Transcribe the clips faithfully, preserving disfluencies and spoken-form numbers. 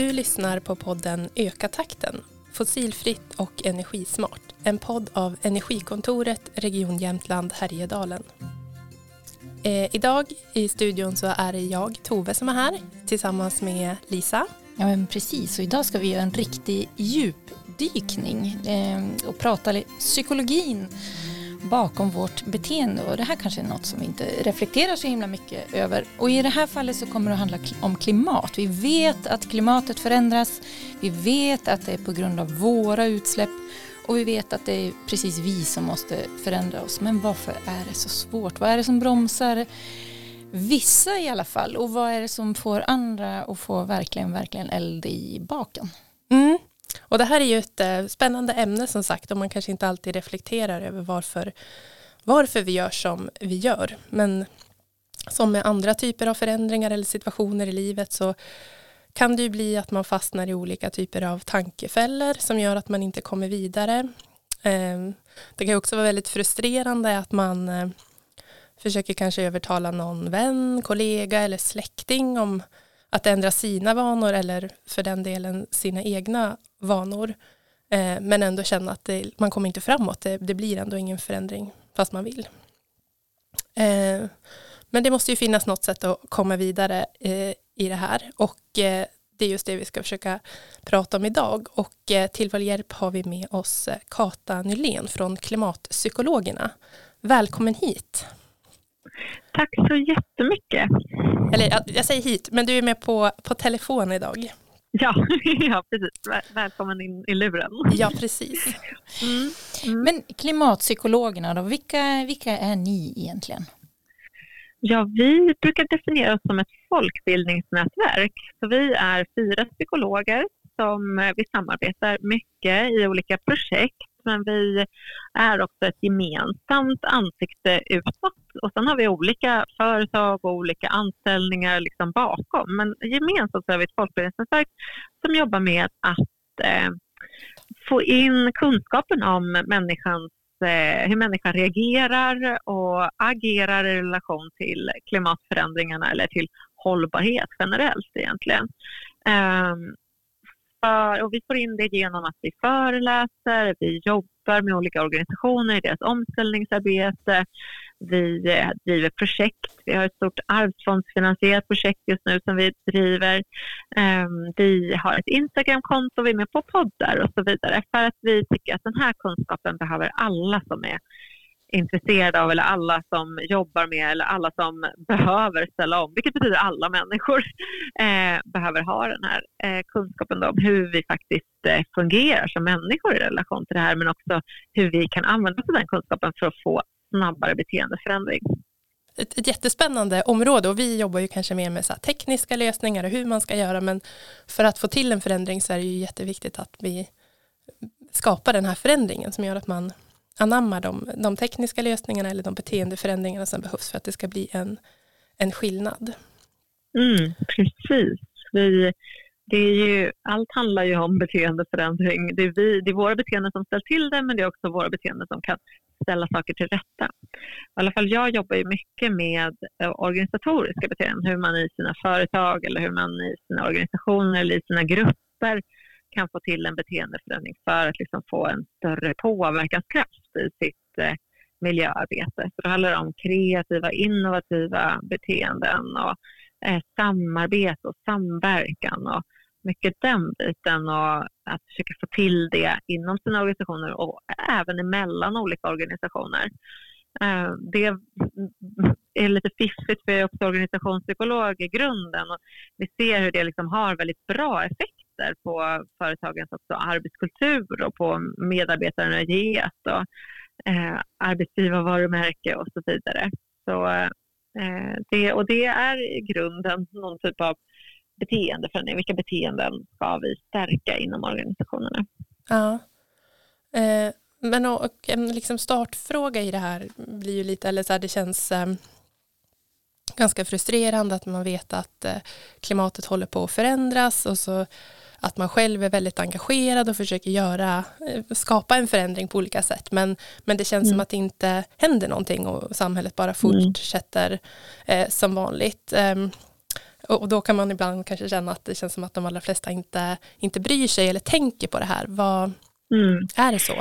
Du lyssnar på podden Öka takten, fossilfritt och energismart. En podd av Energikontoret, Region Jämtland, Härjedalen. Eh, idag i studion så är det jag, Tove, som är här tillsammans med Lisa. Ja, men precis. Och idag ska vi göra en riktig djupdykning eh, och prata psykologin bakom vårt beteende. Och det här kanske är något som vi inte reflekterar så himla mycket över. Och i det här fallet så kommer det att handla om klimat. Vi vet att klimatet förändras. Vi vet att det är på grund av våra utsläpp. Och vi vet att det är precis vi som måste förändra oss. Men varför är det så svårt? Vad är det som bromsar vissa i alla fall? Och vad är det som får andra att få verkligen, verkligen eld i baken? Mm. Och det här är ju ett äh, spännande ämne som sagt. Och man kanske inte alltid reflekterar över varför, varför vi gör som vi gör. Men som med andra typer av förändringar eller situationer i livet så kan det ju bli att man fastnar i olika typer av tankefällor som gör att man inte kommer vidare. Det kan också vara väldigt frustrerande att man försöker kanske övertala någon vän, kollega eller släkting om att ändra sina vanor eller för den delen sina egna vanor. Men ändå känna att det, man kommer inte framåt. Det, det blir ändå ingen förändring fast man vill. Men det måste ju finnas något sätt att komma vidare i det här. Och eh, det är just det vi ska försöka prata om idag. Och eh, till vår hjälp har vi med oss eh, Kata Nylén från Klimatpsykologerna. Välkommen hit. Tack så jättemycket. Eller jag, jag säger hit, men du är med på, på telefon idag. Ja, ja, precis. Välkommen in i luren. Ja, precis. Mm. Mm. Men klimatpsykologerna då, vilka, vilka är ni egentligen? Ja, vi brukar definiera oss som ett folkbildningsnätverk. Så vi är fyra psykologer som vi samarbetar mycket i olika projekt. Men vi är också ett gemensamt ansikte utåt. Och sen har vi olika företag och olika anställningar liksom bakom. Men gemensamt så är vi ett folkbildningsnätverk som jobbar med att eh, få in kunskapen om människans hur människan reagerar och agerar i relation till klimatförändringarna eller till hållbarhet generellt egentligen. Um, för, och vi får in det genom att vi föreläser, vi jobbar med olika organisationer i deras omställningsarbete, vi eh, driver projekt, vi har ett stort arvsfondsfinansierat projekt just nu som vi driver. Um, vi har ett Instagramkonto, vi är med på poddar och så vidare för att vi tycker att den här kunskapen behöver alla som är intresserade av eller alla som jobbar med eller alla som behöver ställa om, vilket betyder alla människor eh, behöver ha den här eh, kunskapen om hur vi faktiskt eh, fungerar som människor i relation till det här men också hur vi kan använda den kunskapen för att få snabbare beteendeförändring. Ett, ett jättespännande område och vi jobbar ju kanske mer med så här tekniska lösningar och hur man ska göra men för att få till en förändring så är det ju jätteviktigt att vi skapar den här förändringen som gör att man anammar de, de tekniska lösningarna eller de beteendeförändringarna som behövs för att det ska bli en, en skillnad. Mm, precis. Vi, det är ju, allt handlar ju om beteendeförändring. Det är, vi, det är våra beteenden som ställer till det men det är också våra beteenden som kan ställa saker till rätta. I alla fall jag jobbar ju mycket med organisatoriska beteenden. Hur man i sina företag eller hur man i sina organisationer eller i sina grupper kan få till en beteendeförändring för att liksom få en större påverkanskraft i sitt eh, miljöarbete. Så det handlar om kreativa, innovativa beteenden och eh, samarbete och samverkan och mycket den biten och att försöka få till det inom sina organisationer och även emellan olika organisationer. Eh, det är lite fiffigt för också organisationspsykolog i grunden och vi ser hur det liksom har väldigt bra effekt på företagens också arbetskultur och på medarbetarnöjdhet och eh, arbetsgivarvarumärke och så vidare. Så, eh, det, och det är i grunden någon typ av beteendeförändring. Vilka beteenden ska vi stärka inom organisationerna? Ja, eh, men och en liksom startfråga i det här blir ju lite, eller så här, det känns eh, ganska frustrerande att man vet att eh, klimatet håller på att förändras och så att man själv är väldigt engagerad och försöker göra, skapa en förändring på olika sätt. Men, men det känns mm. som att det inte händer någonting och samhället bara fortsätter mm. eh, som vanligt. Um, Och, och då kan man ibland kanske känna att det känns som att de allra flesta inte, inte bryr sig eller tänker på det här. Vad, mm. Är det så?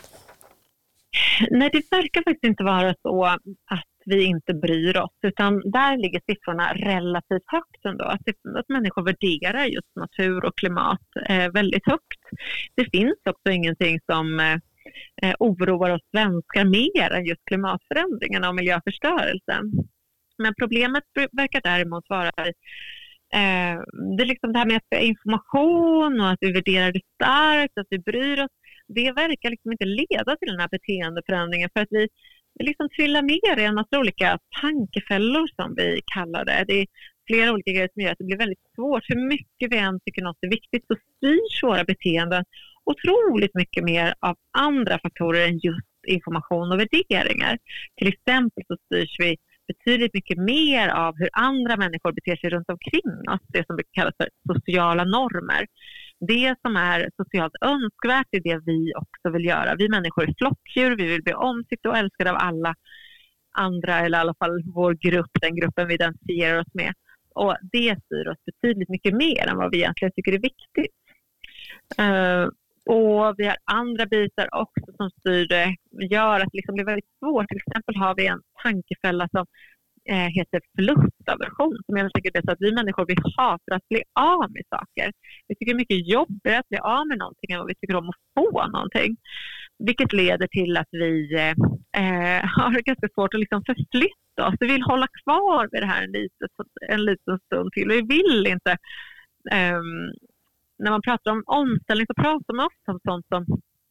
Nej, det verkar faktiskt inte vara så att vi inte bryr oss, utan där ligger siffrorna relativt högt ändå. Att, att människor värderar just natur och klimat eh, väldigt högt. Det finns också ingenting som eh, oroar oss svenskar mer än just klimatförändringarna och miljöförstörelsen. Men problemet verkar däremot vara eh, det, är liksom det här med att information och att vi värderar det starkt, att vi bryr oss. Det verkar liksom inte leda till den här beteendeförändringen, för att vi, vi liksom trillar ner i en massa olika tankefällor som vi kallar det. Det är flera olika grejer som gör att det blir väldigt svårt. Hur mycket vi än tycker något är viktigt så styrs våra beteenden otroligt mycket mer av andra faktorer än just information och värderingar. Till exempel så styrs vi betydligt mycket mer av hur andra människor beter sig runt omkring oss, det som kallas för sociala normer. Det som är socialt önskvärt är det vi också vill göra. Vi människor är flockdjur, vi vill bli omtyckta och älskade av alla andra, eller i alla fall vår grupp, den gruppen vi identifierar oss med. Och det styr oss betydligt mycket mer än vad vi egentligen tycker är viktigt. Uh, och vi har andra bitar också som styr det, gör att det liksom blir väldigt svårt. Till exempel har vi en tankefälla som eh, heter förlustaversion, som jag tycker är så att vi människor vi hatar att bli av med saker. Vi tycker det är mycket jobbigare att bli av med någonting än vad vi tycker om att få någonting. Vilket leder till att vi eh, har ganska svårt att liksom förflytta oss. Vi vill hålla kvar vid det här en liten, en liten stund till. Vi vill inte... Eh, när man pratar om omställning så pratar man ofta om sånt som,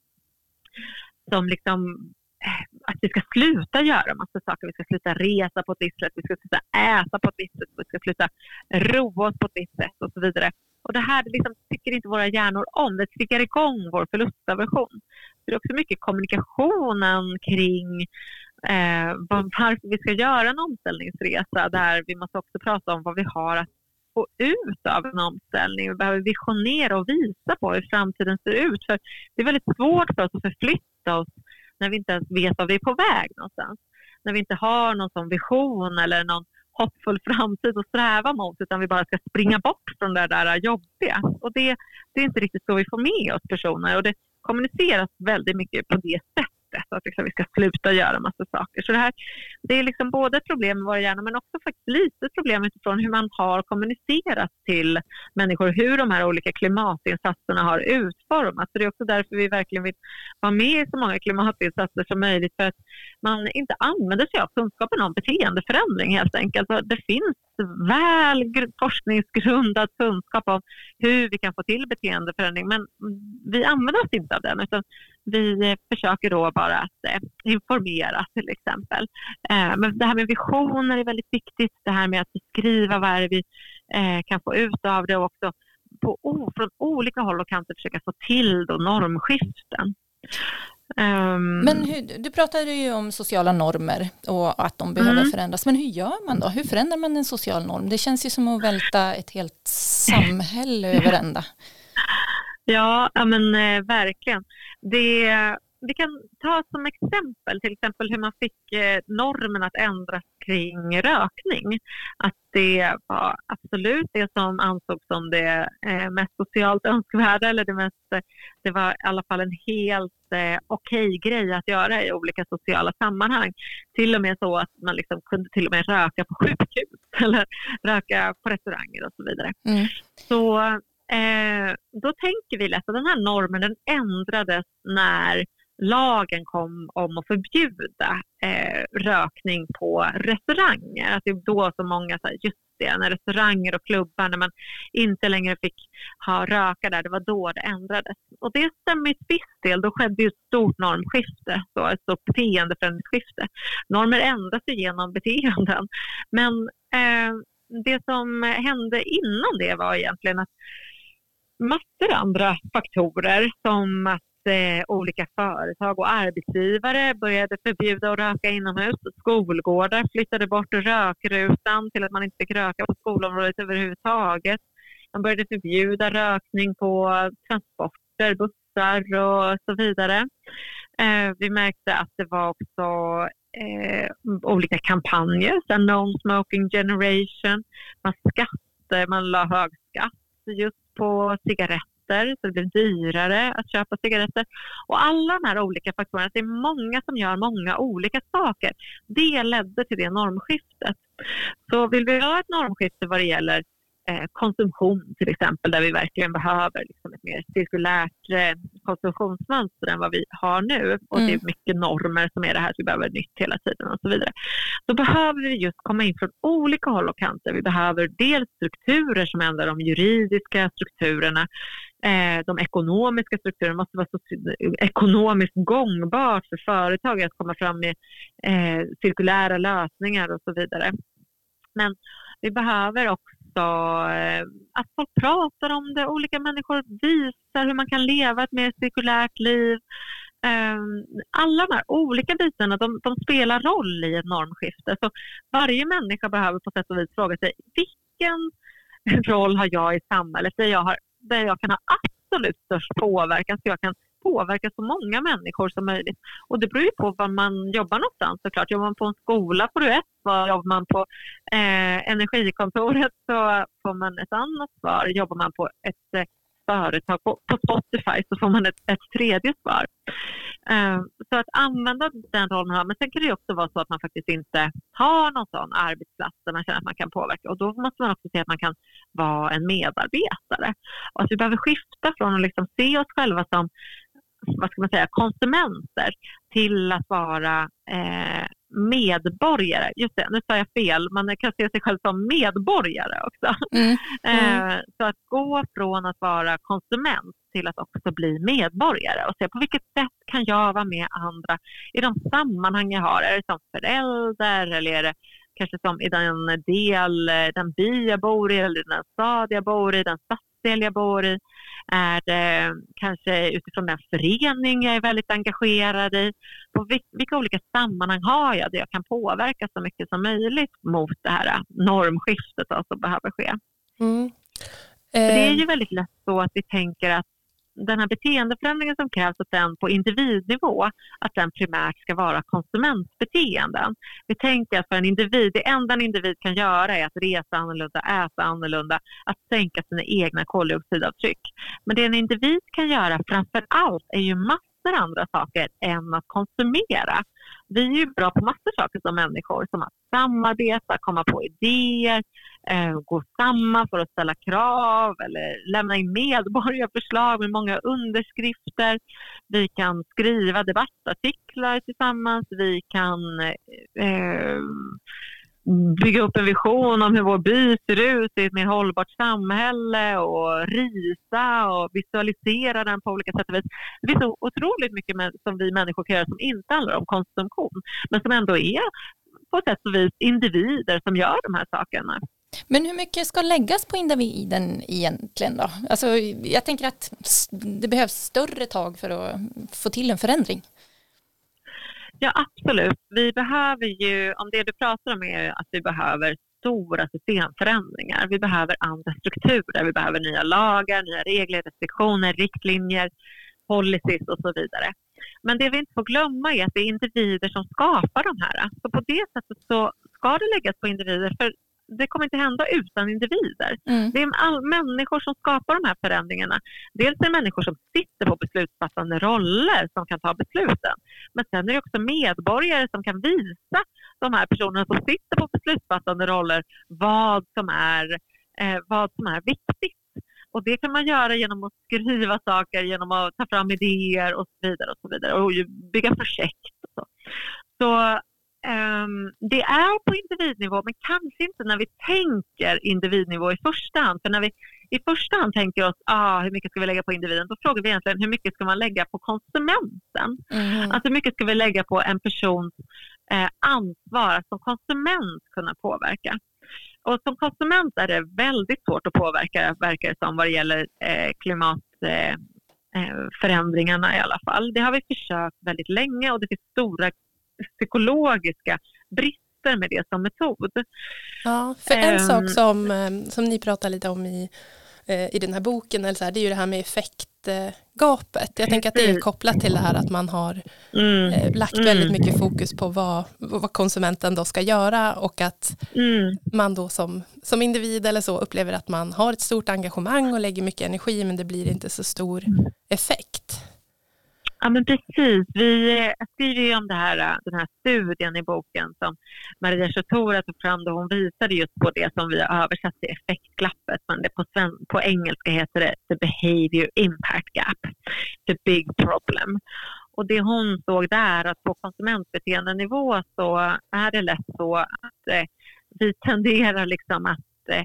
som liksom, att vi ska sluta göra massa saker. Vi ska sluta resa på ett visst sätt, vi ska sluta äta på ett visst sätt, vi ska sluta roa oss på ett visst sätt och så vidare. Och det här det liksom, tycker inte våra hjärnor om. Det triggar igång vår förlustaversion. Det är också mycket kommunikationen kring eh, varför vi ska göra en omställningsresa, där vi måste också prata om vad vi har att få ut av en omställning. Vi behöver visionera och visa på hur framtiden ser ut. För det är väldigt svårt för oss att förflytta oss när vi inte ens vet vad vi är på väg någonstans. När vi inte har någon sån vision eller någon hoppfull framtid att sträva mot, utan vi bara ska springa bort från det där jobbiga. Och det, det är inte riktigt så vi får med oss personer, och det kommuniceras väldigt mycket på det sättet. Att liksom vi ska sluta göra massa saker. Så det här, det är liksom både ett problem med våra hjärnor, men också faktiskt lite ett problem utifrån hur man har kommunicerat till människor, hur de här olika klimatinsatserna har utformats. Så det är också därför vi verkligen vill vara med i så många klimatinsatser som möjligt, för att man inte använder sig av kunskapen om beteendeförändring helt enkelt. Så det finns väl forskningsgrundad kunskap om hur vi kan få till beteendeförändring, men vi använder oss inte av den, utan vi försöker då bara att eh, informera till exempel. Eh, men det här med visioner är väldigt viktigt. Det här med att beskriva vad är vi eh, kan få ut av det, och också på, oh, från olika håll och kanter försöka få till då normskiften. Um, Men hur, du pratade ju om sociala normer och att de behöver mm. förändras. Men hur gör man då? Hur förändrar man en social norm? Det känns ju som att välta ett helt samhälle över ända. Ja, ja men eh, verkligen. Det, vi kan ta som exempel till exempel hur man fick eh, normen att ändras kring rökning. Att det var absolut det som ansågs som det eh, mest socialt önskvärda, eller det mest, det var i alla fall en helt eh, okej grej att göra i olika sociala sammanhang. Till och med så att man liksom kunde till och med röka på sjukhus eller röka på restauranger och så vidare. Mm. Så Eh, då tänker vi lätt att den här normen den ändrades när lagen kom om att förbjuda eh, rökning på restauranger. Att det är då så många, så här, just det, när restauranger och klubbar, när man inte längre fick ha röka där, det var då det ändrades. Och det stämmer i viss del, då skedde ju ett stort normskifte, så ett stort beteendeförändringsskifte. Normer ändras ju genom beteenden. Men eh, det som hände innan det var egentligen att massor andra faktorer, som att eh, olika företag och arbetsgivare började förbjuda att röka inomhus. Skolgårdar flyttade bort rökrutan till att man inte fick röka på skolområdet överhuvudtaget. Man började förbjuda rökning på transporter, bussar och så vidare. Eh, vi märkte att det var också eh, olika kampanjer, så Non Smoking Generation. Man skattade man la hög skatt just på cigaretter, så det blev dyrare att köpa cigaretter. Och alla de här olika faktorerna, det är många som gör många olika saker. Det ledde till det normskiftet. Så vill vi ha ett normskifte vad det gäller eh, konsumtion till exempel, där vi verkligen behöver liksom ett mer cirkulärt eh, konsumtionsmönster än vad vi har nu. Och mm. det är mycket normer som är det här, så vi behöver nytt hela tiden och så vidare. Då behöver vi just komma in från olika håll och kanter. Vi behöver dels strukturer som ändrar de juridiska strukturerna. Eh, de ekonomiska strukturerna måste vara så ekonomiskt gångbart för företag att komma fram med eh, cirkulära lösningar och så vidare. Men vi behöver också eh, att folk pratar om det. Olika människor visar hur man kan leva ett mer cirkulärt liv. Eh, alla de här olika bitarna, de, de spelar roll i ett normskifte. Så varje människa behöver på sätt och vis fråga sig, vilken roll har jag i samhället där jag, har, där jag kan ha absolut störst påverkan, så jag kan påverka så många människor som möjligt. Och det beror ju på var man jobbar någonstans såklart. Jobbar man på en skola får du ett svar. Jobbar man på eh, energikontoret så får man ett annat svar. Jobbar man på ett eh, företag på, på Spotify så får man ett, ett tredje svar. Eh, så att använda den rollen man har. Men sen kan det också vara så att man faktiskt inte har någon sån arbetsplats där man känner att man kan påverka. Och då måste man också se att man kan vara en medarbetare. Och att vi behöver skifta från att liksom se oss själva som, vad ska man säga, konsumenter till att vara eh, medborgare. Just det, nu sa jag fel. Man kan se sig själv som medborgare också. Mm. Mm. Eh, så att gå från att vara konsument till att också bli medborgare och se på vilket sätt kan jag vara med andra i de sammanhang jag har. Är det som förälder eller är det kanske som i den del, den by jag bor i eller den stad jag bor i, den stadsdel jag bor i. Är det kanske utifrån den förening jag är väldigt engagerad i? På vilka olika sammanhang har jag där jag kan påverka så mycket som möjligt mot det här normskiftet som behöver ske? Mm. Eh. Det är ju väldigt lätt så att vi tänker att den här beteendeförändringen som krävs att den på individnivå, att den primärt ska vara konsumentbeteenden. Vi tänker att för en individ, det enda en individ kan göra är att resa annorlunda, äta annorlunda, att sänka sina egna koldioxidavtryck. Men det en individ kan göra framför allt är ju massor andra saker än att konsumera. Vi är ju bra på massor saker som människor, som att samarbeta, komma på idéer, eh, gå samman för att ställa krav eller lämna in medborgarförslag med många underskrifter. Vi kan skriva debattartiklar tillsammans, vi kan eh, bygga upp en vision om hur vår by ser ut i ett mer hållbart samhälle och risa och visualisera den på olika sätt och vis. Det finns så otroligt mycket med, som vi människor kan göra som inte handlar om konsumtion, men som ändå är på sätt och vis individer som gör de här sakerna. Men hur mycket ska läggas på individen egentligen då? Alltså, jag tänker att det behövs större tag för att få till en förändring. Ja, absolut. Vi behöver ju, om det du pratar om är att vi behöver stora systemförändringar. Vi behöver andra strukturer. Vi behöver nya lagar, nya regler, restriktioner, riktlinjer, policies och så vidare. Men det vi inte får glömma är att det är individer som skapar de här. Så på det sättet så ska det läggas på individer, för det kommer inte hända utan individer. Mm. Det är all, människor som skapar de här förändringarna. Dels är det människor som sitter på beslutsfattande roller som kan ta besluten. Men sen är det också medborgare som kan visa de här personerna som sitter på beslutsfattande roller vad som är, eh, vad som är viktigt. Och det kan man göra genom att skriva saker, genom att ta fram idéer och så vidare och så vidare. Och bygga projekt och så. Så Um, det är på individnivå, men kanske inte när vi tänker individnivå i första hand. För när vi i första hand tänker oss ah, hur mycket ska vi lägga på individen, då frågar vi egentligen hur mycket ska man lägga på konsumenten. Mm. Alltså hur mycket ska vi lägga på en persons eh, ansvar att som konsument kunna påverka. Och som konsument är det väldigt svårt att påverka, verkar det som, vad det gäller eh, klimatförändringarna eh, i alla fall. Det har vi försökt väldigt länge och det finns stora psykologiska brister med det som metod. Ja, för en um, sak som, som ni pratar lite om i i den här boken, eller så här, det är ju det här med effektgapet. Jag tänker att det är kopplat till det här att man har mm. eh, lagt mm. väldigt mycket fokus på vad, vad konsumenten då ska göra, och att mm. man då som, som individ eller så upplever att man har ett stort engagemang och lägger mycket energi, men det blir inte så stor effekt. Ja, men precis. Vi skriver ju om det här, den här studien i boken som Maria Schotora tog fram, då hon visade just på det som vi har översatt till effektglappet, men det på, sven- på engelska heter det the behavior impact gap, the big problem. Och det hon såg där, att på konsumentbeteendenivå så är det lätt så att eh, vi tenderar liksom att eh,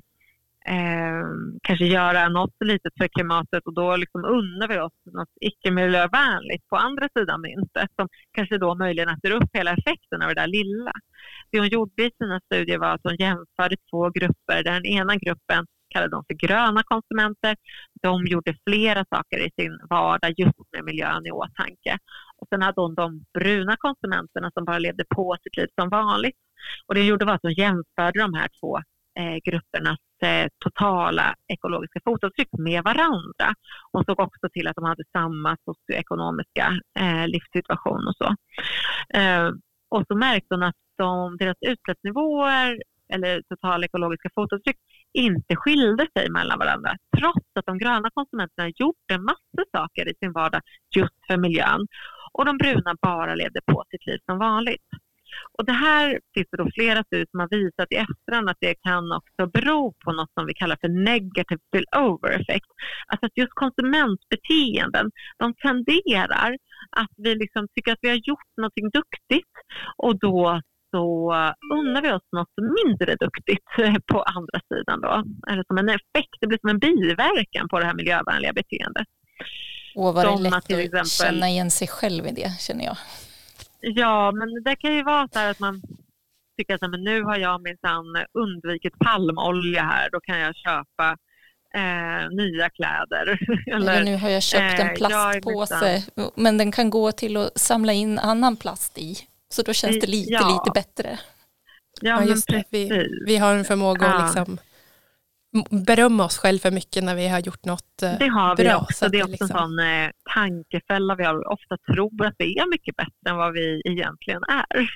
Eh, kanske göra något litet för klimatet, och då liksom unnar vi oss något icke-miljövänligt på andra sidan myntet som kanske då möjligen äter upp hela effekten av det där lilla. Det hon gjorde i sina studier var att hon jämförde två grupper, där den ena gruppen kallade de för gröna konsumenter. De gjorde flera saker i sin vardag just med miljön i åtanke. Och sen hade hon de bruna konsumenterna som bara levde på sitt liv som vanligt. Och det hon gjorde var att hon jämförde de här två eh, gruppernas eh, totala ekologiska fotavtryck med varandra. Hon såg också till att de hade samma socioekonomiska eh, livssituation och så. Eh, och så märkte hon att de, deras utsläppsnivåer eller totala ekologiska fotavtryck inte skilde sig mellan varandra, trots att de gröna konsumenterna gjorde massor saker i sin vardag just för miljön, och de bruna bara levde på sitt liv som vanligt. Och det här finns det då flera studier som har visat i efterhand att det kan också bero på något som vi kallar för negative spillover effect. Alltså att just konsumentbeteenden, de tenderar att vi liksom tycker att vi har gjort någonting duktigt, och då så unnar vi oss något mindre duktigt på andra sidan då. Eller som en effekt, det blir som en biverkan på det här miljövänliga beteendet. Och vad det är lätt att till exempel känna igen sig själv i det, känner jag. Ja, men det kan ju vara så här att man tycker att men nu har jag minsann undvikit palmolja här, då kan jag köpa eh, nya kläder. Eller, Eller nu har jag köpt en plastpåse, minsann, men den kan gå till att samla in annan plast i. Så då känns det lite, ja. lite bättre. Ja, ja just det. Vi, vi har en förmåga ja. att liksom berömma oss själv för mycket när vi har gjort något bra. Det har vi bra, också. Det är också liksom... en sån eh, tankefälla. Vi har ofta tror att vi är mycket bättre än vad vi egentligen är.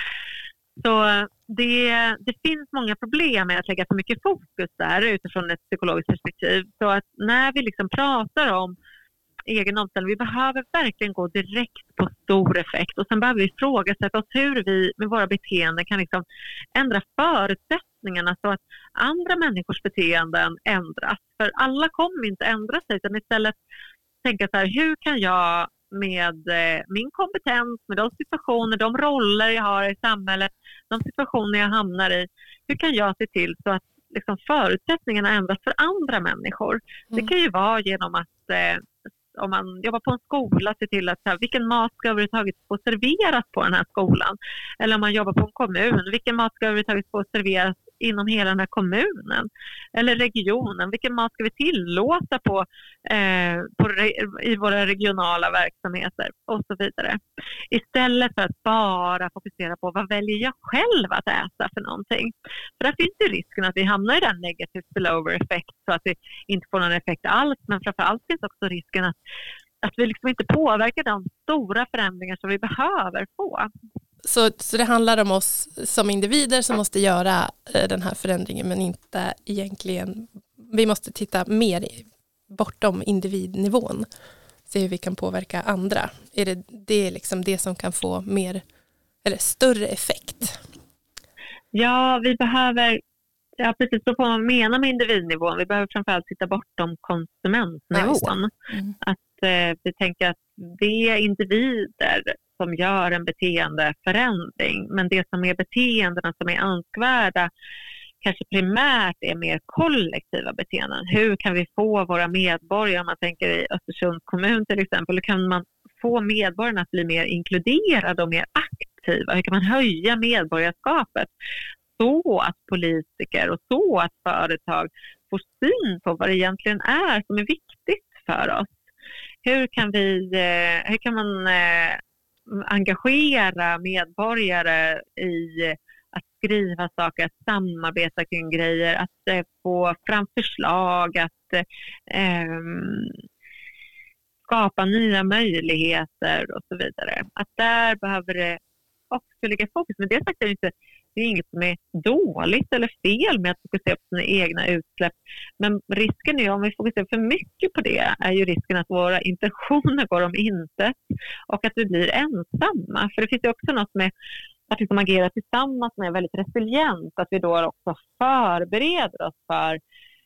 Så det, det finns många problem med att lägga för mycket fokus där utifrån ett psykologiskt perspektiv. Så att när vi liksom pratar om egen omställning, vi behöver verkligen gå direkt på stor effekt, och sen behöver vi ifrågasätta oss hur vi med våra beteenden kan liksom ändra förutsättningarna så att andra människors beteenden ändras. För alla kommer inte ändra sig, utan istället tänka så här, hur kan jag med eh, min kompetens, med de situationer, de roller jag har i samhället, de situationer jag hamnar i, hur kan jag se till så att liksom förutsättningarna ändras för andra människor? Mm. Det kan ju vara genom att eh, om man jobbar på en skola, se till att så här, vilken mat ska överhuvudtaget få serveras på den här skolan. Eller om man jobbar på en kommun, vilken mat ska överhuvudtaget få serveras inom hela den här kommunen. Eller regionen, vilken mat ska vi tillåta på, eh, på re- i våra regionala verksamheter och så vidare. Istället för att bara fokusera på vad väljer jag själv att äta för någonting. För där finns ju risken att vi hamnar i den negative spillover effekt, så att vi inte får någon effekt alls. Men framförallt finns också risken att, att vi liksom inte påverkar de stora förändringar som vi behöver få. Så, så det handlar om oss som individer som måste göra eh, den här förändringen, men inte egentligen, vi måste titta mer bortom individnivån, se hur vi kan påverka andra. Är det, det är liksom det som kan få mer eller större effekt? Ja, vi behöver, ja precis så vad man menar med individnivån, vi behöver framförallt titta bortom konsumentnivån. Ja, mm. Att eh, vi tänker att det är individer som gör en beteendeförändring, men det som är beteendena som är önskvärda kanske primärt är mer kollektiva beteenden. Hur kan vi få våra medborgare, om man tänker i Östersunds kommun till exempel, hur kan man få medborgarna att bli mer inkluderade och mer aktiva? Hur kan man höja medborgarskapet så att politiker och så att företag får syn på vad det egentligen är som är viktigt för oss? Hur kan vi, hur kan man engagera medborgare i att skriva saker, att samarbeta kring grejer, att eh, få fram förslag, att eh, skapa nya möjligheter och så vidare. Att där behöver det också ligga fokus. Men det sagt är inte, det är inget som är dåligt eller fel med att fokusera på sina egna utsläpp. Men risken är, om vi fokuserar för mycket på det, är ju risken att våra intentioner går om intet och att vi blir ensamma. För det finns ju också något med att vi som agerar tillsammans med är väldigt resilient. Att vi då också förbereder oss för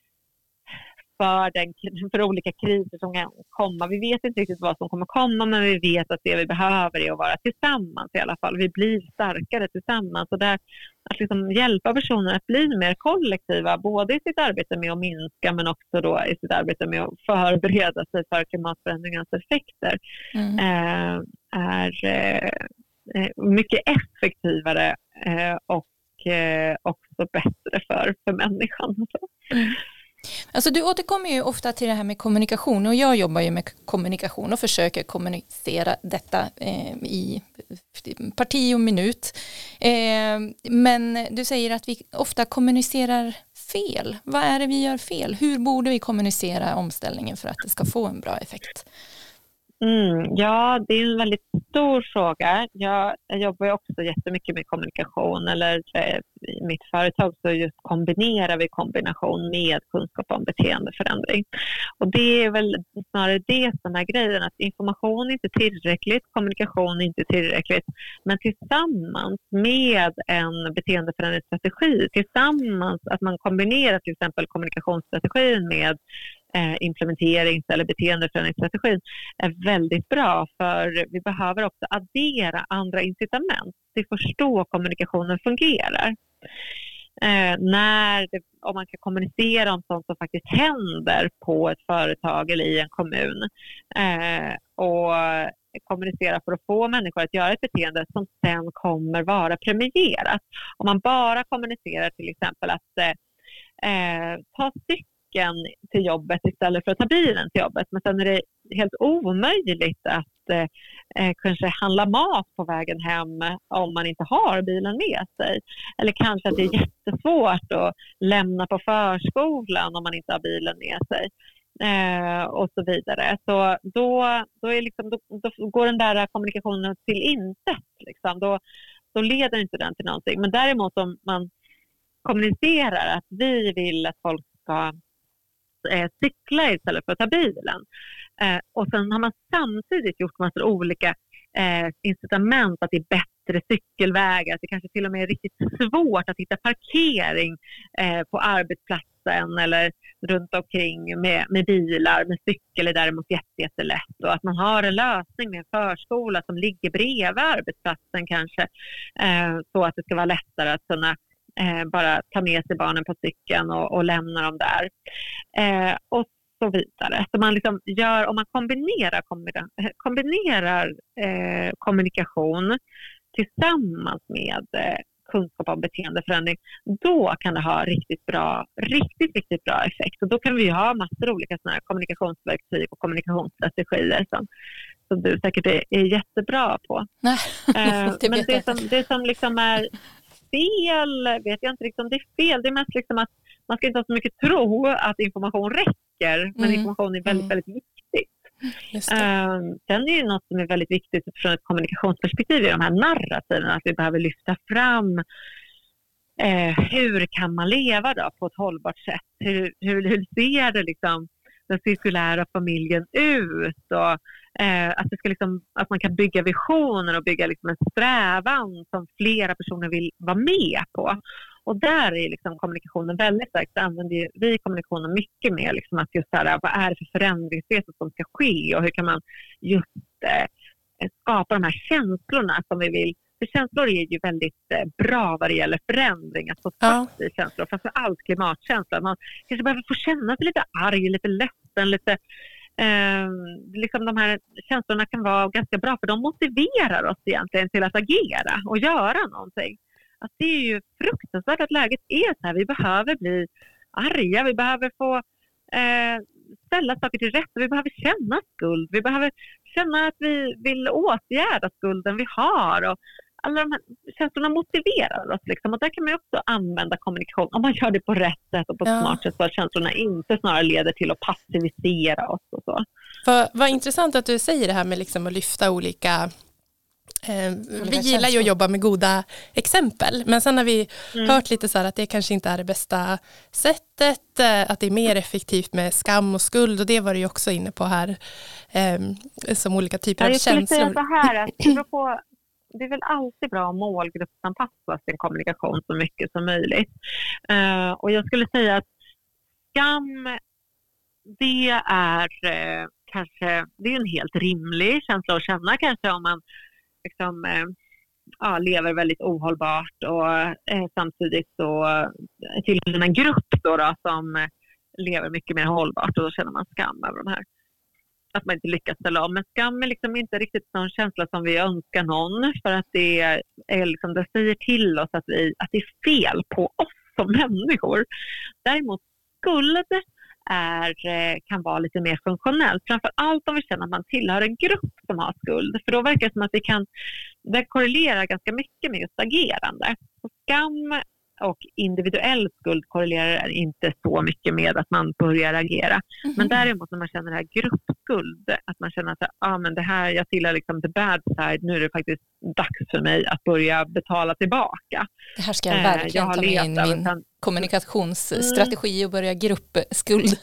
För, den, för olika kriser som kan komma. Vi vet inte riktigt vad som kommer komma, men vi vet att det vi behöver är att vara tillsammans i alla fall. Vi blir starkare tillsammans. Och där, att liksom hjälpa personer att bli mer kollektiva, både i sitt arbete med att minska, men också då i sitt arbete med att förbereda sig för klimatförändringarnas effekter, mm. eh, är eh, mycket effektivare eh, och eh, också bättre för, för människan. Mm. Alltså du återkommer ju ofta till det här med kommunikation, och jag jobbar ju med kommunikation och försöker kommunicera detta eh, i parti och minut. Eh, men du säger att vi ofta kommunicerar fel. Vad är det vi gör fel? Hur borde vi kommunicera omställningen för att det ska få en bra effekt? Mm, ja, det är en väldigt stor fråga. Jag, jag jobbar ju också jättemycket med kommunikation, eller eh, i mitt företag så just kombinerar vi kombination med kunskap om beteendeförändring. Och det är väl snarare det som är grejen, att information är inte tillräckligt, kommunikation är inte tillräckligt, men tillsammans med en beteendeförändringsstrategi, tillsammans att man kombinerar till exempel kommunikationsstrategin med Eh, implementerings- eller beteendeförändringsstrategin är väldigt bra, för vi behöver också addera andra incitament till att förstå kommunikationen fungerar. Eh, när det, om man kan kommunicera om sånt som faktiskt händer på ett företag eller i en kommun eh, och kommunicera för att få människor att göra ett beteende som sen kommer vara premierat. Om man bara kommunicerar till exempel att eh, ta cykeln till jobbet istället för att ta bilen till jobbet, men sen är det helt omöjligt att eh, kanske handla mat på vägen hem om man inte har bilen med sig, eller kanske att det är jättesvårt att lämna på förskolan om man inte har bilen med sig eh, och så vidare. Så då, då, är liksom, då, då går den där kommunikationen till intet liksom. då, då leder inte den till någonting. Men däremot om man kommunicerar att vi vill att folk ska Eh, cykla istället för att ta bilen. Eh, och sen har man samtidigt gjort massor olika eh, incitament att det är bättre cykelvägar. Att det kanske till och med är riktigt svårt att hitta parkering eh, på arbetsplatsen eller runt omkring med, med bilar. Med cykel är däremot jätte, jättelätt. Och att man har en lösning med en förskola som ligger bredvid arbetsplatsen kanske. Eh, så att det ska vara lättare att kunna Eh, bara ta med sig barnen på cykeln och, och lämna dem där. Eh, och så vidare. Så man liksom gör, om man kombinerar, kombinerar eh, kommunikation tillsammans med eh, kunskap om beteendeförändring, då kan det ha riktigt bra, riktigt, riktigt bra effekt. Och då kan vi ha massor av olika såna här kommunikationsverktyg och kommunikationsstrategier som, som du säkert är, är jättebra på. Nej, eh, det men det som, det som liksom är fel, vet jag inte riktigt om det är fel. Det är mest liksom att man ska inte ha så mycket tro att information räcker, men mm. information är väldigt, mm. väldigt viktigt. Um, sen är det något som är väldigt viktigt från ett kommunikationsperspektiv i de här narrativen, att vi behöver lyfta fram eh, hur kan man leva då på ett hållbart sätt? Hur, hur, hur ser det liksom den cirkulära familjen ut? Och Eh, att, det ska liksom, att man kan bygga visioner och bygga liksom en strävan som flera personer vill vara med på. Och där är liksom kommunikationen väldigt starkt. Där använder vi kommunikationen mycket mer. Liksom att just här, vad är det för förändringsresor som ska ske och hur kan man just eh, skapa de här känslorna som vi vill. För känslor är ju väldigt eh, bra vad det gäller förändring. Att få fast i känslor, framför allt klimatkänslor. Man kanske behöver få känna sig lite arg, lite ledsen, lite... Eh, liksom de här känslorna kan vara ganska bra, för de motiverar oss egentligen till att agera och göra någonting. Att det är ju fruktansvärt att läget är så här. Vi behöver bli arga, vi behöver få eh, ställa saker till rätt, vi behöver känna skuld, vi behöver känna att vi vill åtgärda skulden vi har, och alla de här känslorna motiverar oss. Liksom. Och där kan man också använda kommunikation om man gör det på rätt sätt och på ett Ja. smart sätt så att känslorna inte snarare leder till att passivisera oss och så. För, vad intressant att du säger det här med liksom att lyfta olika... Eh, vi gillar ju känslor. att jobba med goda exempel, men sen har vi Mm. hört lite så här att det kanske inte är det bästa sättet, eh, att det är mer effektivt med skam och skuld, och det var du ju också inne på här, eh, som olika typer Ja, av jag skulle känslor. säga så här, att det, beror på, det är väl alltid bra att målgruppsanpassa sin kommunikation så mycket som möjligt. Uh, och jag skulle säga att skam, det är uh, kanske, det är en helt rimlig känsla att känna kanske om man liksom, uh, ja, lever väldigt ohållbart och uh, samtidigt så uh, till en grupp då, då som uh, lever mycket mer hållbart, och då känner man skam över de här. Att man inte lyckas ställa om. Men skam är liksom inte riktigt någon känsla som vi önskar någon, för att det är liksom, det säger till oss att, vi, att det är fel på oss som människor. Däremot skuld är, kan vara lite mer funktionellt. Framför allt om vi känner att man tillhör en grupp som har skuld. För då verkar det som att vi kan, det korrelerar ganska mycket med just agerande. Och skam och individuell skuld korrelerar inte så mycket med att man börjar agera. Mm-hmm. Men däremot när man känner det här gruppskuld, att man känner att ah, men det här, jag tillhör liksom the bad side, nu är det faktiskt dags för mig att börja betala tillbaka. Det här ska jag verkligen jag ta med in i min utan... kommunikationsstrategi och börja gruppskuld.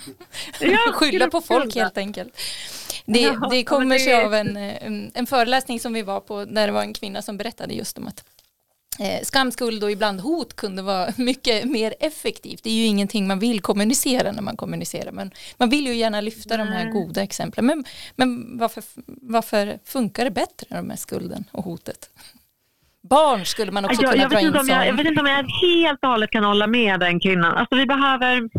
Ja, Skylla på folk helt enkelt. Det, ja, det kommer det... sig av en, en föreläsning som vi var på, där det var en kvinna som berättade just om att Eh, skamskuld och ibland hot kunde vara mycket mer effektivt. Det är ju ingenting man vill kommunicera när man kommunicerar, men man vill ju gärna lyfta Nej. de här goda exemplen. Men, men varför, varför funkar det bättre med skulden och hotet? Barn skulle man också jag, kunna jag dra in som... Jag, jag vet inte om jag helt och hållet kan hålla med den kvinnan. Alltså vi behöver...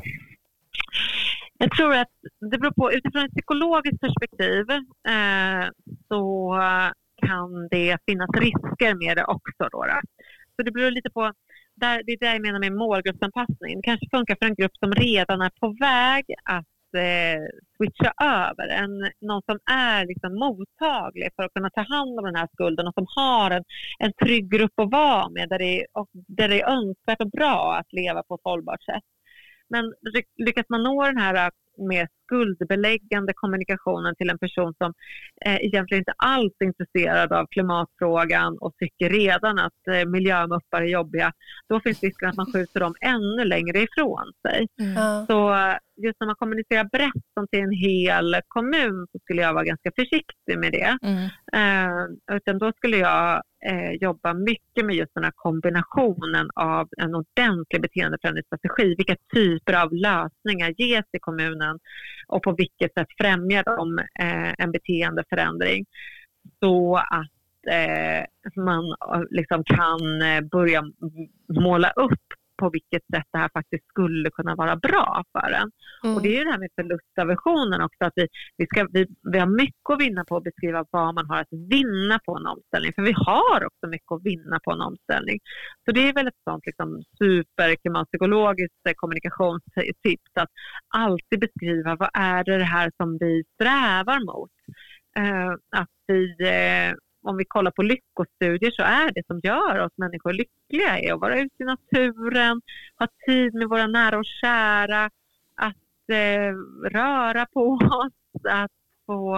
Jag tror att det beror på, utifrån ett psykologiskt perspektiv eh, så kan det finnas risker med det också då. då. Så det beror lite på, där, det är det jag menar med målgruppsanpassning. Det kanske funkar för en grupp som redan är på väg att eh, switcha över. En, någon som är liksom mottaglig för att kunna ta hand om den här skulden och som har en, en trygg grupp att vara med där det, och där det är önskvärt och bra att leva på ett hållbart sätt. Men lyckas man nå den här med skuldbeläggande kommunikationen till en person som eh, egentligen inte alls är intresserad av klimatfrågan och tycker redan att eh, miljömuppar är jobbiga, då finns risken att man skjuter dem ännu längre ifrån sig. Mm. Så just när man kommunicerar brett som till en hel kommun så skulle jag vara ganska försiktig med det. Mm. Eh, utan då skulle jag eh, jobba mycket med just den här kombinationen av en ordentlig beteendeförändringsstrategi. Vilka typer av lösningar ges i kommunen och på vilket sätt främjar de eh, en beteendeförändring så att eh, man liksom kan börja måla upp på vilket sätt det här faktiskt skulle kunna vara bra för en. Mm. Och det är ju det här med förlustaversionen också, att vi, vi, ska, vi, vi har mycket att vinna på att beskriva vad man har att vinna på en omställning. För vi har också mycket att vinna på en omställning. Så det är väl ett sånt liksom, superklimatpsykologiskt kommunikationstips att alltid beskriva vad är det här som vi strävar mot. Uh, att vi... Uh, Om vi kollar på lyckostudier så är det som gör oss människor lyckliga är att vara ute i naturen, ha tid med våra nära och kära, att eh, röra på oss, att få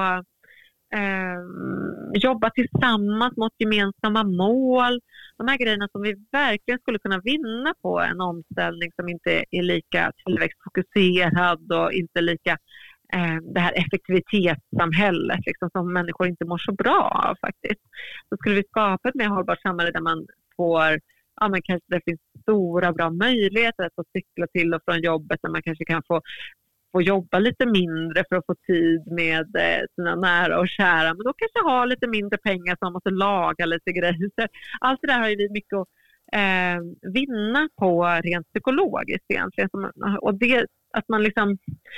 eh, jobba tillsammans mot gemensamma mål. De här grejerna som vi verkligen skulle kunna vinna på en omställning som inte är lika tillväxtfokuserad och inte lika det här effektivitetssamhället liksom, som människor inte mår så bra av faktiskt. Så skulle vi skapa ett mer hållbart samhälle där man får, ja men kanske det finns stora bra möjligheter att få cykla till och från jobbet, där man kanske kan få, få jobba lite mindre för att få tid med sina nära och kära, men då kanske ha lite mindre pengar som man måste laga lite grejer. Allt det där har ju vi mycket att eh, vinna på rent psykologiskt egentligen. Och det, att man liksom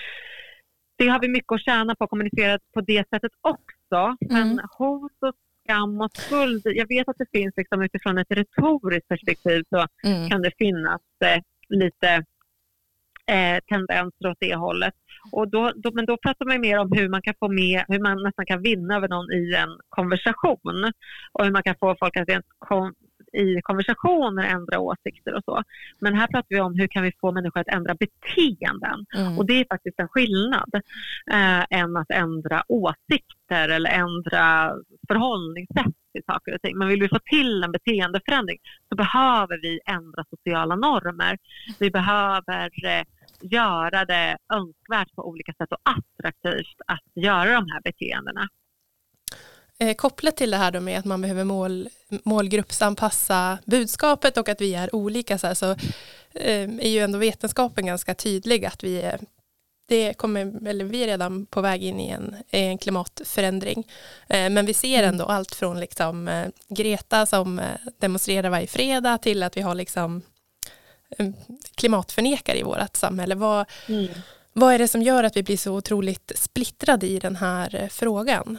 det har vi mycket att tjäna på att kommunicera på det sättet också. Men mm. hot och skam och skuld, jag vet att det finns liksom, utifrån ett retoriskt perspektiv så mm. kan det finnas eh, lite eh, tendenser åt det hållet. Och då, då, men då pratar man mer om hur man kan få med, hur man nästan kan vinna över någon i en konversation och hur man kan få folk att rent kom, i konversationer ändra åsikter och så. Men här pratar vi om hur kan vi få människor att ändra beteenden. Mm. Och det är faktiskt en skillnad eh, än att ändra åsikter eller ändra förhållningssätt till saker och ting. Men vill vi få till en beteendeförändring så behöver vi ändra sociala normer. Vi behöver eh, göra det önskvärt på olika sätt och attraktivt att göra de här beteendena. Eh, kopplat till det här då med att man behöver mål, målgruppsanpassa budskapet och att vi är olika så, här, så eh, är ju ändå vetenskapen ganska tydlig att vi är, det kommer, eller vi är redan på väg in i en, en klimatförändring. Eh, men vi ser ändå mm. allt från liksom, eh, Greta som eh, demonstrerar varje fredag till att vi har liksom, eh, klimatförnekare i vårt samhälle. Vad, mm. vad är det som gör att vi blir så otroligt splittrade i den här eh, frågan?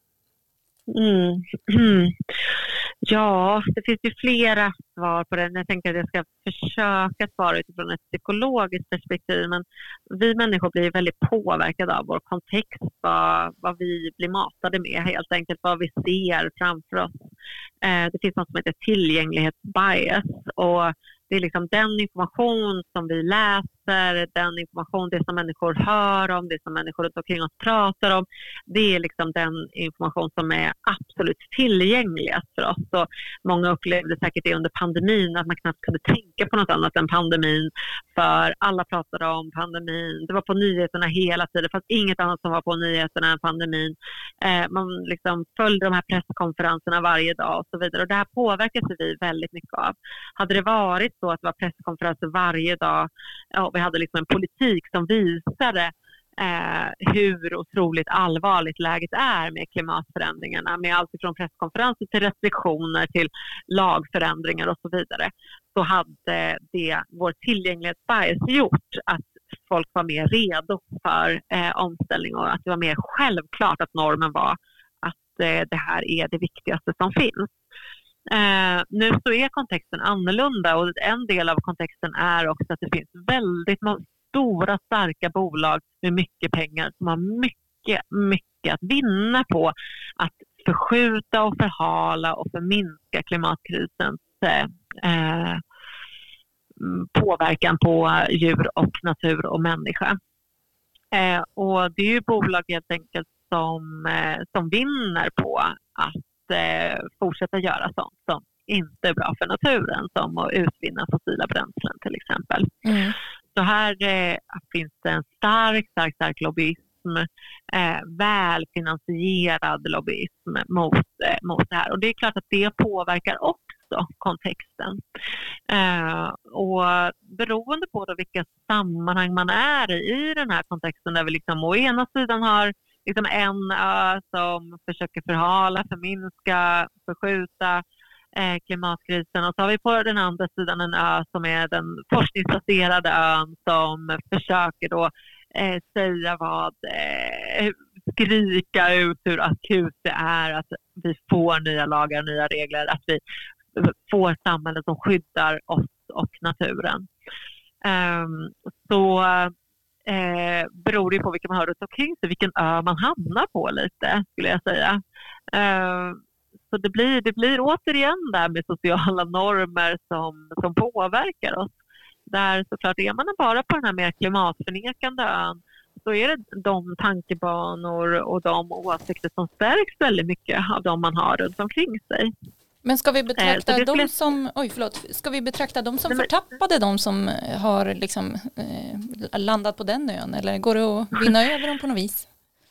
Mm. Mm. Ja, det finns ju flera svar på det. Jag tänker att jag ska försöka svara utifrån ett psykologiskt perspektiv. Men vi människor blir väldigt påverkade av vår kontext, vad, vad vi blir matade med, helt enkelt vad vi ser framför oss. Eh, det finns något som heter tillgänglighetsbias, och det är liksom den information som vi läser, den information, det som människor hör om, det som människor runt omkring oss pratar om. Det är liksom den information som är absolut tillgängligast för oss. Så många upplevde säkert det under pandemin, att man knappt kunde tänka på något annat än pandemin. För alla pratade om pandemin. Det var på nyheterna hela tiden. Det fanns inget annat som var på nyheterna än pandemin. Eh, man liksom följde de här presskonferenserna varje dag och så vidare. Och det här påverkas vi väldigt mycket av. Hade det varit så att det var presskonferenser varje dag, ja, vi hade liksom en politik som visade eh, hur otroligt allvarligt läget är med klimatförändringarna, med allt från presskonferenser till restriktioner till lagförändringar och så vidare, så hade det, vår tillgänglighetsbias, gjort att folk var mer redo för eh, omställning, och att det var mer självklart att normen var att eh, det här är det viktigaste som finns. Uh, nu så är kontexten annorlunda, och en del av kontexten är också att det finns väldigt stora starka bolag med mycket pengar som har mycket, mycket att vinna på att förskjuta och förhala och förminska klimatkrisens uh, påverkan på djur och natur och människa. Uh, och det är ju bolag helt enkelt som, uh, som vinner på att fortsätta göra sånt som inte är bra för naturen, som att utvinna fossila bränslen till exempel. Mm. Så här eh, finns det en stark, stark, stark lobbyism, eh, välfinansierad lobbyism mot, eh, mot det här. Och det är klart att det påverkar också kontexten. Eh, och beroende på då vilka sammanhang man är i, i den här kontexten, där vi liksom å ena sidan har liksom en ö som försöker förhala, förminska, förskjuta eh, klimatkrisen. Och så har vi på den andra sidan en ö som är den forskningsbaserade ön som försöker då eh, säga vad, eh, skrika ut hur akut det är att vi får nya lagar, nya regler, att vi får samhällen som skyddar oss och naturen. Um, så Eh, beror det på vilka man har runt omkring sig, vilken ö man hamnar på lite, skulle jag säga. Eh, så det blir, det blir återigen där med sociala normer som, som påverkar oss. Där såklart är man bara på den här mer klimatförnekande ön, så är det de tankebanor och de åsikter som stärks väldigt mycket av de man har runt omkring sig. Men ska vi betrakta eh, dem som, oj förlåt, ska vi betrakta dem som förtappade, de som har liksom eh, landat på den ön, eller går det att vinna över dem på något vis?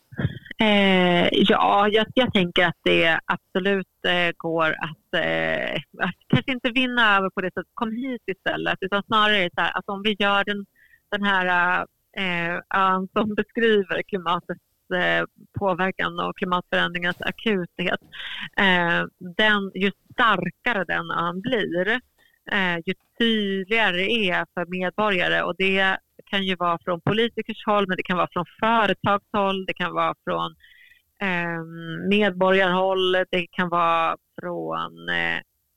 Eh, ja, jag, jag tänker att det absolut eh, går att, eh, att kanske inte vinna över på det sättet, kom hit istället, utan snarare så här, att om vi gör den, den här eh, ön som beskriver klimatets påverkan och klimatförändringens akuthet, eh, den, ju starkare den ön blir, eh, ju tydligare det är för medborgare, och det kan ju vara från politikers håll, men det kan vara från företagshåll, det kan vara från eh, medborgarhåll, det kan vara från eh,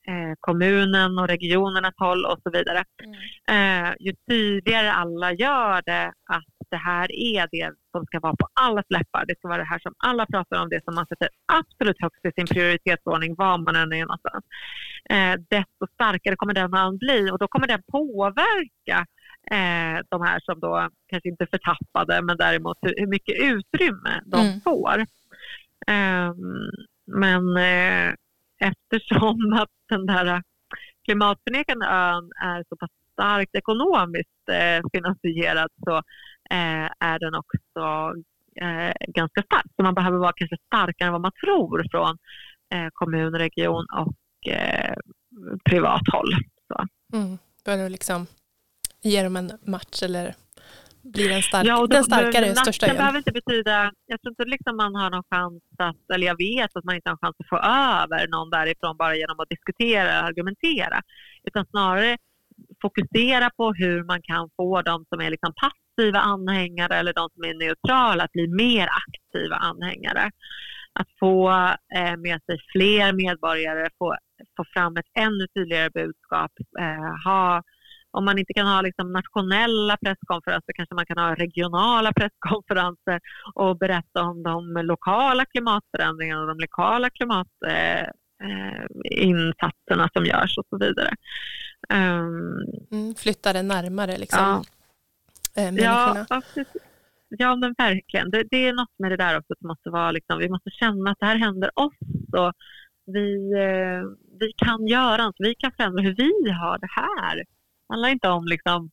eh, kommunen och regionernas håll och så vidare. Mm. Eh, ju tydligare alla gör det att det här är det som ska vara på alla läppar. Det ska vara det här som alla pratar om, det som man sätter absolut högst i sin prioritetsordning, var man än är någonstans. Eh, desto starkare kommer den att bli, och då kommer den påverka eh, de här som då kanske inte är förtappade, men däremot hur, hur mycket utrymme de mm. får. Eh, men eh, eftersom att den där klimatförnekande ön är så pass starkt ekonomiskt eh, finansierad, så eh, är den också eh, ganska stark. Så man behöver vara kanske starkare än vad man tror från eh, kommun, region och eh, privat håll. Så. Mm. Bör du liksom ge dem en match, eller blir den, stark, ja, och då, den starkare men, största det behöver inte betyda, jag tror inte liksom man har någon chans att, eller jag vet att man inte har en chans att få över någon därifrån bara genom att diskutera och argumentera, utan snarare fokusera på hur man kan få de som är liksom passiva anhängare eller de som är neutrala att bli mer aktiva anhängare. Att få eh, med sig fler medborgare, få, få fram ett ännu tydligare budskap. Eh, ha, om man inte kan ha liksom nationella presskonferenser, kanske man kan ha regionala presskonferenser och berätta om de lokala klimatförändringarna och de lokala klimatinsatserna eh, som görs och så vidare. Um, mm, flytta det närmare liksom, ja. äh, människorna. Ja, ja, men verkligen. Det, det är något med det där också som måste vara liksom, vi måste känna att det här händer oss och vi, eh, vi kan göra något, vi kan förändra hur vi har det här. Det handlar inte om liksom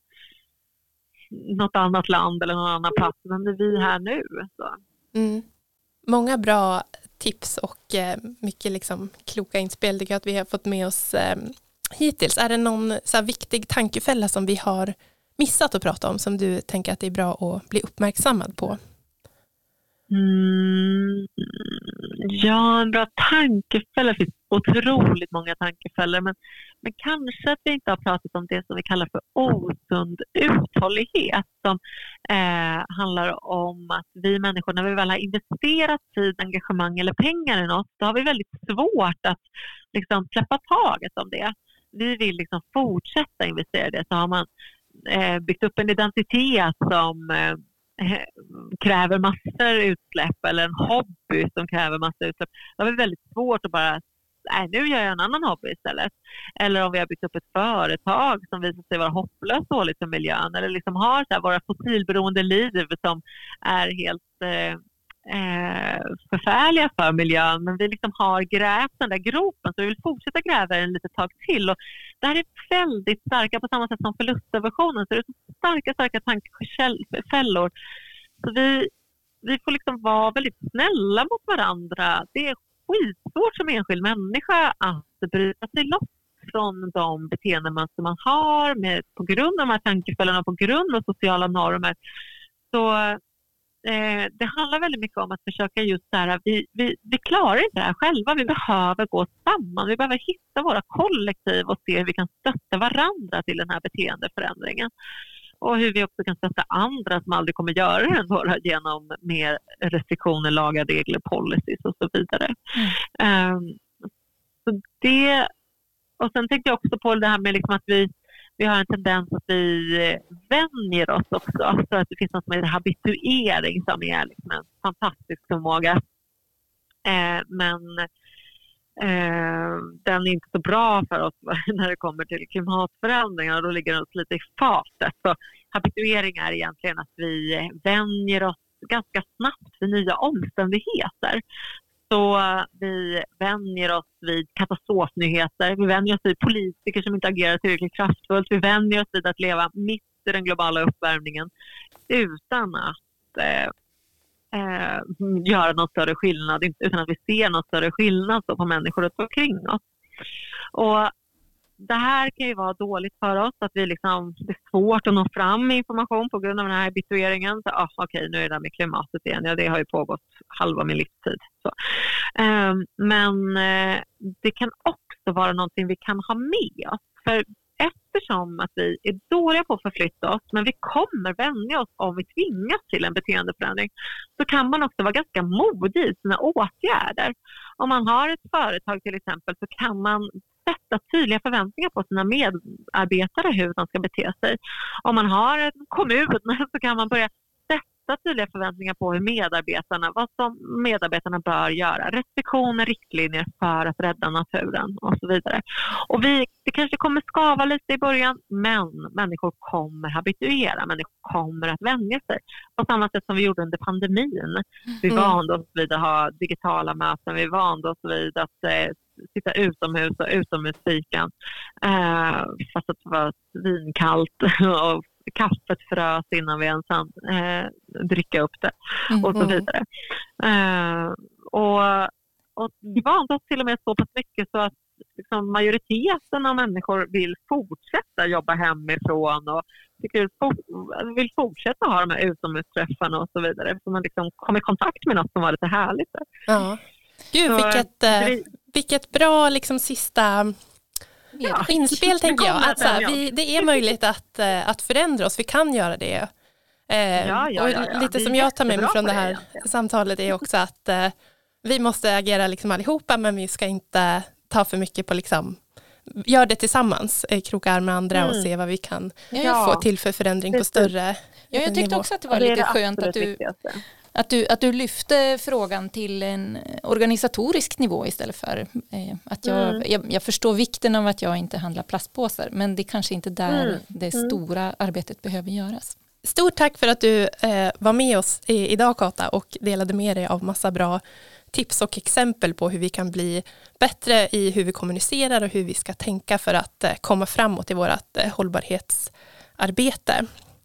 något annat land eller någon annan plats, men det är vi här nu. Så. Mm. Många bra tips och eh, mycket liksom kloka inspel tycker jag att vi har fått med oss eh, hittills. Är det någon så här viktig tankefälla som vi har missat att prata om som du tänker att det är bra att bli uppmärksammad på? Mm, ja, en bra tankefälla. Det finns otroligt många tankefällor, men, men kanske att vi inte har pratat om det som vi kallar för osund uthållighet, som eh, handlar om att vi människor, när vi väl har investerat tid, engagemang eller pengar i något, då har vi väldigt svårt att liksom släppa taget om det. Vi vill liksom fortsätta investera i det, så har man eh, byggt upp en identitet som eh, kräver massor utsläpp, eller en hobby som kräver massor utsläpp. Då har vi väldigt svårt att bara, nej, nu gör jag en annan hobby istället. Eller om vi har byggt upp ett företag som visar sig vara hopplöst dåligt för miljön, eller liksom har så här, våra fossilberoende liv som är helt eh, eh, förfärliga för miljön, men vi liksom har grävt den där gropen, så vi vill fortsätta gräva den lite tag till. Och det här är väldigt starka, på samma sätt som förlustöversionen, så det är så starka, starka tankefällor. Så vi, vi får liksom vara väldigt snälla mot varandra. Det är skitsvårt som enskild människa att bryta sig loss från de beteendemönster man har med, på grund av de här tankefällorna, på grund av sociala normer. Så eh, det handlar väldigt mycket om att försöka just så här, vi, vi, vi klarar inte det här själva, vi behöver gå samman, vi behöver hitta våra kollektiv och se hur vi kan stötta varandra till den här beteendeförändringen. Och hur vi också kan stötta andra som aldrig kommer göra det ändå, genom mer restriktioner, lagar, regler, policies och så vidare. Mm. Um, så det, och sen tänkte jag också på det här med liksom att vi, vi har en tendens att vi vänjer oss också. Så att det finns något med habituering som är liksom en fantastisk förmåga. Uh, men Uh, den är inte så bra för oss när det kommer till klimatförändringar, och då ligger den oss lite i fatet. Så habituering är egentligen att vi vänjer oss ganska snabbt vid nya omständigheter. Så uh, vi vänjer oss vid katastrofnyheter, vi vänjer oss vid politiker som inte agerar tillräckligt kraftfullt, vi vänjer oss vid att leva mitt i den globala uppvärmningen utan att uh, Eh, göra någon större skillnad, utan att vi ser någon större skillnad på människor runt omkring oss. Och det här kan ju vara dåligt för oss, att vi liksom, det är svårt att nå fram med information på grund av den här habitueringen. Så, ah, okej, nu är det där med klimatet igen. Ja, det har ju pågått halva min livstid. Så. Eh, men eh, det kan också vara någonting vi kan ha med oss. För eftersom att vi är dåliga på att förflytta oss, men vi kommer vänja oss om vi tvingas till en beteendeförändring, så kan man också vara ganska modig i sina åtgärder. Om man har ett företag till exempel, så kan man sätta tydliga förväntningar på sina medarbetare hur de ska bete sig. Om man har en kommun så kan man börja sätta tydliga förväntningar på hur medarbetarna, vad som medarbetarna bör göra. Restriktioner, riktlinjer för att rädda naturen och så vidare. Och vi, det kanske kommer skava lite i början, men människor kommer habituera, människor kommer att vänja sig. På samma sätt som vi gjorde under pandemin. Vi Mm. vande oss vid att ha digitala möten, vi vande oss vid att eh, sitta utomhus och utomhusfikan. Eh, fast att det var svinkallt och kaffet frös innan vi ens hann eh, dricka upp det och så vidare. Eh, och, och vi vande oss till och med så pass mycket så att liksom, majoriteten av människor vill fortsätta jobba hemifrån och tycker, vill fortsätta ha de här utomhusträffarna och så vidare. Så man liksom kom i kontakt med något som var lite härligt. Ja. Gud, så, vilket, eh, vilket bra liksom sista... Ja, inspel tänker jag. Att, så här, vi, det är möjligt att, att förändra oss. Vi kan göra det. Eh, ja, ja, och ja, ja. lite som jag tar med mig från det här det, samtalet är också att eh, vi måste agera liksom allihopa, men vi ska inte ta för mycket på liksom, gör det tillsammans, eh, kroka arm med andra mm. och se vad vi kan ja. få till för förändring på större Ja, jag tyckte nivå. också att det var det lite skönt att du, att, du, att du lyfte frågan till en organisatorisk nivå istället för eh, att jag, mm. jag, jag förstår vikten av att jag inte handlar plastpåsar, men det är kanske inte där mm. det stora arbetet behöver göras. Stort tack för att du eh, var med oss i, idag, Kata, och delade med dig av massa bra tips och exempel på hur vi kan bli bättre i hur vi kommunicerar och hur vi ska tänka för att eh, komma framåt i vårt eh, hållbarhetsarbete.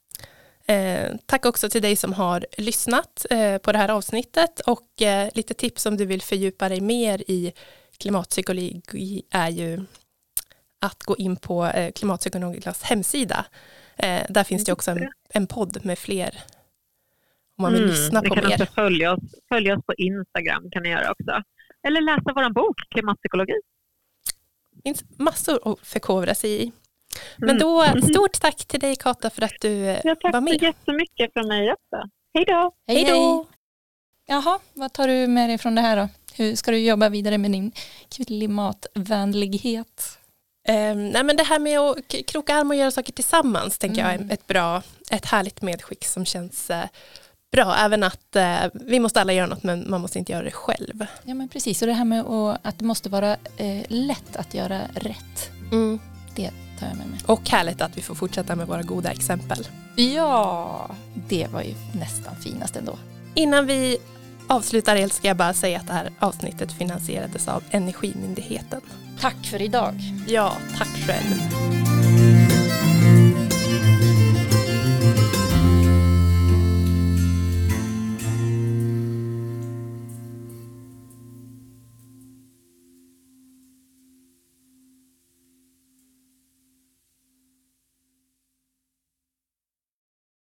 Eh, tack också till dig som har lyssnat eh, på det här avsnittet, och eh, lite tips om du vill fördjupa dig mer i klimatpsykologi är ju att gå in på eh, Klimatpsykologernas hemsida. Eh, där finns det också en, en podd med fler om man vill mm, lyssna på mer. Ni kan mer. också följa oss, följa oss på Instagram kan ni göra också. Eller läsa vår bok Klimatpsykologi. Det finns massor att förkovra sig i. Men då, stort tack till dig, Kata, för att du ja, var med. Tack så jättemycket från mig också. Hej då! Hej då! Jaha, vad tar du med dig från det här då? Hur ska du jobba vidare med din klimatvänlighet? Um, nej men det här med att k- kroka arm och göra saker tillsammans tänker mm. jag är ett bra, ett härligt medskick som känns uh, bra. Även att uh, vi måste alla göra något, men man måste inte göra det själv. Ja, men precis. Och det här med att, att det måste vara uh, lätt att göra rätt. Mm. Det tar jag med mig. Och härligt att vi får fortsätta med våra goda exempel. Ja, det var ju nästan finast ändå. Innan vi avslutar helt ska jag bara säga att det här avsnittet finansierades av Energimyndigheten. Tack för idag. Ja, tack själv.